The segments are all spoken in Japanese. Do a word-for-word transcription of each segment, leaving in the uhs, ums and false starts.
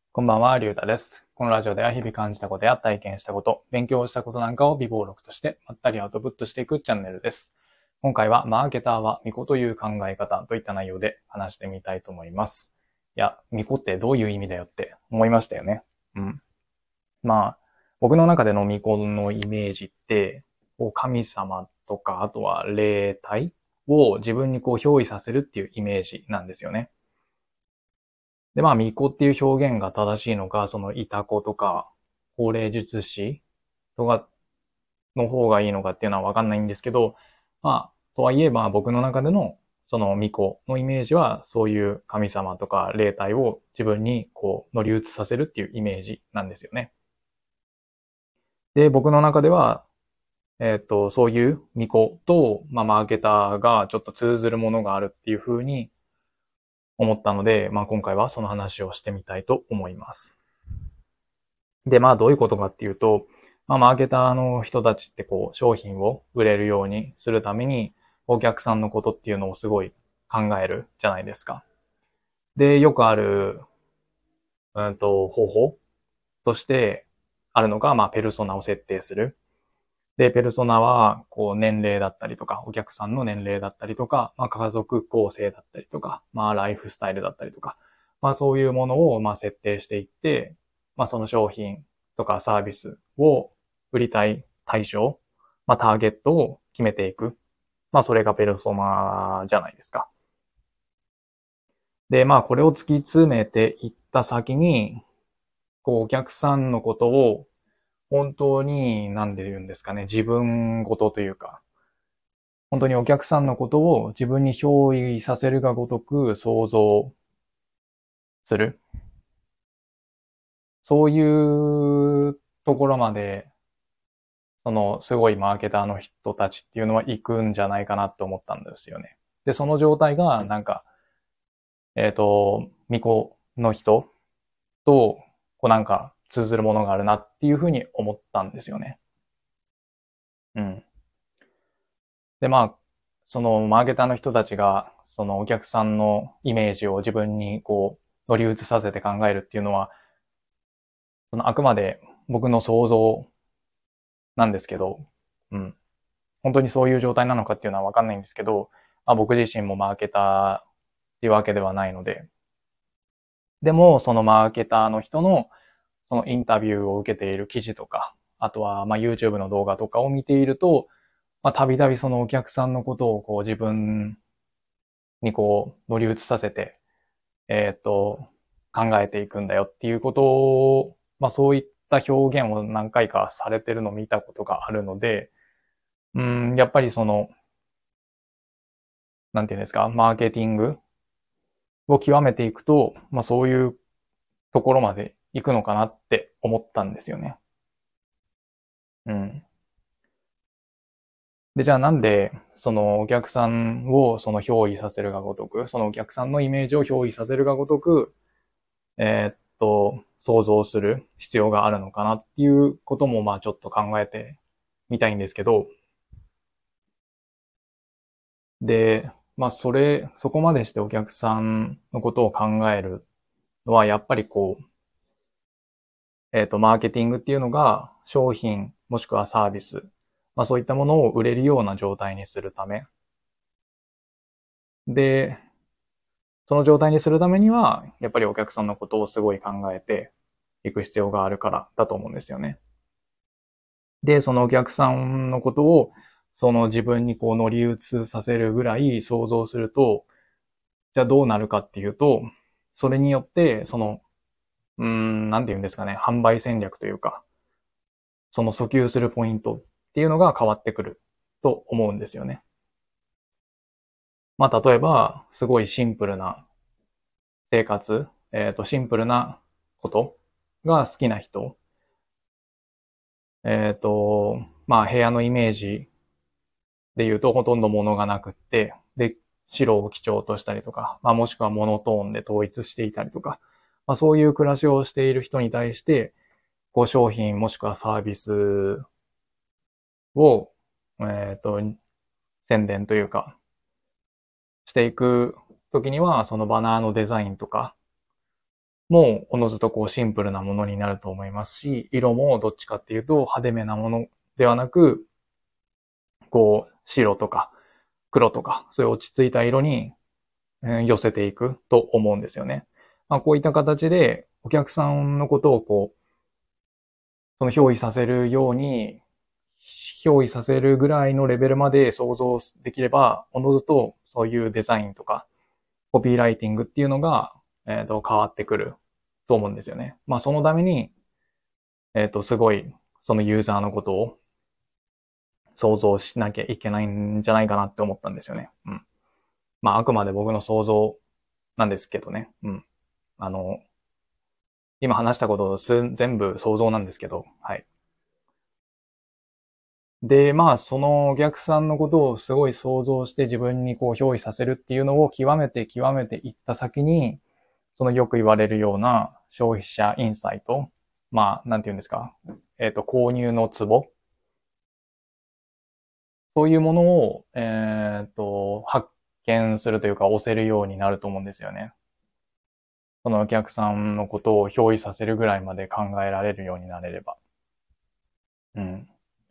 こんばんは、りゅうたです。このラジオでは日々感じたことや体験したこと、勉強したことなんかを微暴録としてまったりアウトプットしていくチャンネルです。今回はマーケターは巫女という考え方といった内容で話してみたいと思います。いや、巫女ってどういう意味だよって思いましたよね。うん。まあ、僕の中での巫女のイメージって、こう神様とか、あとは霊体を自分にこう憑依させるっていうイメージなんですよね。で、まあ、巫女っていう表現が正しいのか、その、イタコとか、高齢術師とかの方がいいのかっていうのはわかんないんですけど、まあ、とはいえ、まあ、僕の中での、その巫女のイメージは、そういう神様とか霊体を自分にこう乗り移させるっていうイメージなんですよね。で、僕の中では、えっと、そういう巫女と、まあ、マーケターがちょっと通ずるものがあるっていうふうに思ったので、まあ、今回はその話をしてみたいと思います。で、まあどういうことかっていうと、まあマーケターの人たちってこう商品を売れるようにするためにお客さんのことっていうのをすごい考えるじゃないですか。で、よくある、うんと、方法としてあるのが、まあペルソナを設定する。で、ペルソナは、こう、年齢だったりとか、お客さんの年齢だったりとか、まあ、家族構成だったりとか、まあ、ライフスタイルだったりとか、まあ、そういうものを、まあ、設定していって、まあ、その商品とかサービスを売りたい対象、まあ、ターゲットを決めていく。まあ、それがペルソナじゃないですか。で、まあ、これを突き詰めていった先に、こう、お客さんのことを本当に、なんで言うんですかね、自分ごとというか、本当にお客さんのことを自分に憑依させるがごとく想像する。そういうところまで、そのすごいマーケターの人たちっていうのは行くんじゃないかなって思ったんですよね。で、その状態がなんか、えっと、巫女の人と、こうなんか通ずるものがあるなっていうふうに思ったんですよね。うん。で、まあ、そのマーケターの人たちが、そのお客さんのイメージを自分にこう乗り移させて考えるっていうのは、そのあくまで僕の想像なんですけど、うん。本当にそういう状態なのかっていうのはわかんないんですけど、まあ、僕自身もマーケターっていうわけではないので、でもそのマーケターの人のそのインタビューを受けている記事とか、あとはまあ YouTube の動画とかを見ていると、まあたびたびそのお客さんのことをこう自分にこう乗り移させて、えっと、考えていくんだよっていうことを、まあそういった表現を何回かされてるのを見たことがあるので、うん、やっぱりその、なんていうんですか、マーケティングを極めていくと、まあそういうところまで行くのかなって思ったんですよね。うん。で、じゃあなんで、そのお客さんをその憑依させるがごとく、そのお客さんのイメージを憑依させるがごとく、えーっと、想像する必要があるのかなっていうことも、まあちょっと考えてみたいんですけど、で、まあそれ、そこまでしてお客さんのことを考えるのは、やっぱりこう、えっと、マーケティングっていうのが商品もしくはサービス、まあそういったものを売れるような状態にするため。で、その状態にするためには、やっぱりお客さんのことをすごい考えていく必要があるからだと思うんですよね。で、そのお客さんのことを、その自分にこう乗り移させるぐらい想像すると、じゃあどうなるかっていうと、それによって、その、うーん、なんて言うんですかね、販売戦略というか、その訴求するポイントっていうのが変わってくると思うんですよね。まあ、例えば、すごいシンプルな生活、えっと、シンプルなことが好きな人、えっと、まあ、部屋のイメージで言うとほとんど物がなくって、で、白を基調としたりとか、まあ、もしくはモノトーンで統一していたりとか、まあ、そういう暮らしをしている人に対して、こう商品もしくはサービスを、えっと、宣伝というか、していくときには、そのバナーのデザインとか、 もおのずとこうシンプルなものになると思いますし、色もどっちかっていうと派手めなものではなく、こう白とか黒とかそういう落ち着いた色に寄せていくと思うんですよね。まあ、こういった形でお客さんのことをこう、その憑依させるように、憑依させるぐらいのレベルまで想像できれば、おのずとそういうデザインとか、コピーライティングっていうのが、えっと、変わってくると思うんですよね。まあ、そのために、えっと、すごい、そのユーザーのことを想像しなきゃいけないんじゃないかなって思ったんですよね。うん。まあ、あくまで僕の想像なんですけどね。うん。あの、今話したことす全部想像なんですけど、はい。で、まあ、そのお客さんのことをすごい想像して自分にこう憑依させるっていうのを極めて極めていった先に、そのよく言われるような消費者インサイト、まあ、なんて言うんですか、えっと、購入のツボ、そういうものを、えっと、発見するというか押せるようになると思うんですよね。そのお客さんのことを憑依させるぐらいまで考えられるようになれれば。うん。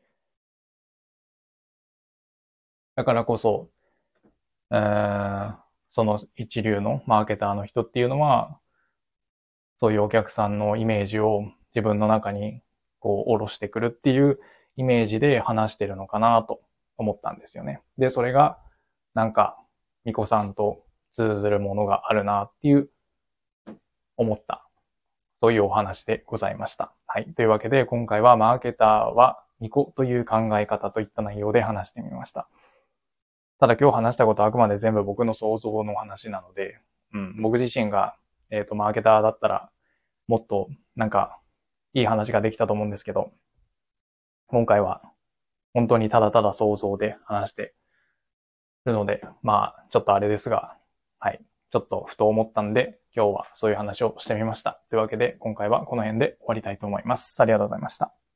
だからこそ、えーその一流のマーケターの人っていうのは、そういうお客さんのイメージを自分の中にこう下ろしてくるっていうイメージで話してるのかなと思ったんですよね。で、それがなんか、ミコさんと通ずるものがあるなっていう思った、そういうお話でございました。はい。というわけで、今回はマーケターはミコという考え方といった内容で話してみました。ただ今日話したことはあくまで全部僕の想像の話なので、うん、僕自身が、えっと、マーケターだったら、もっと、なんか、いい話ができたと思うんですけど、今回は、本当にただただ想像で話してるので、まあ、ちょっとあれですが、はい。ちょっとふと思ったんで、今日はそういう話をしてみました。というわけで、今回はこの辺で終わりたいと思います。ありがとうございました。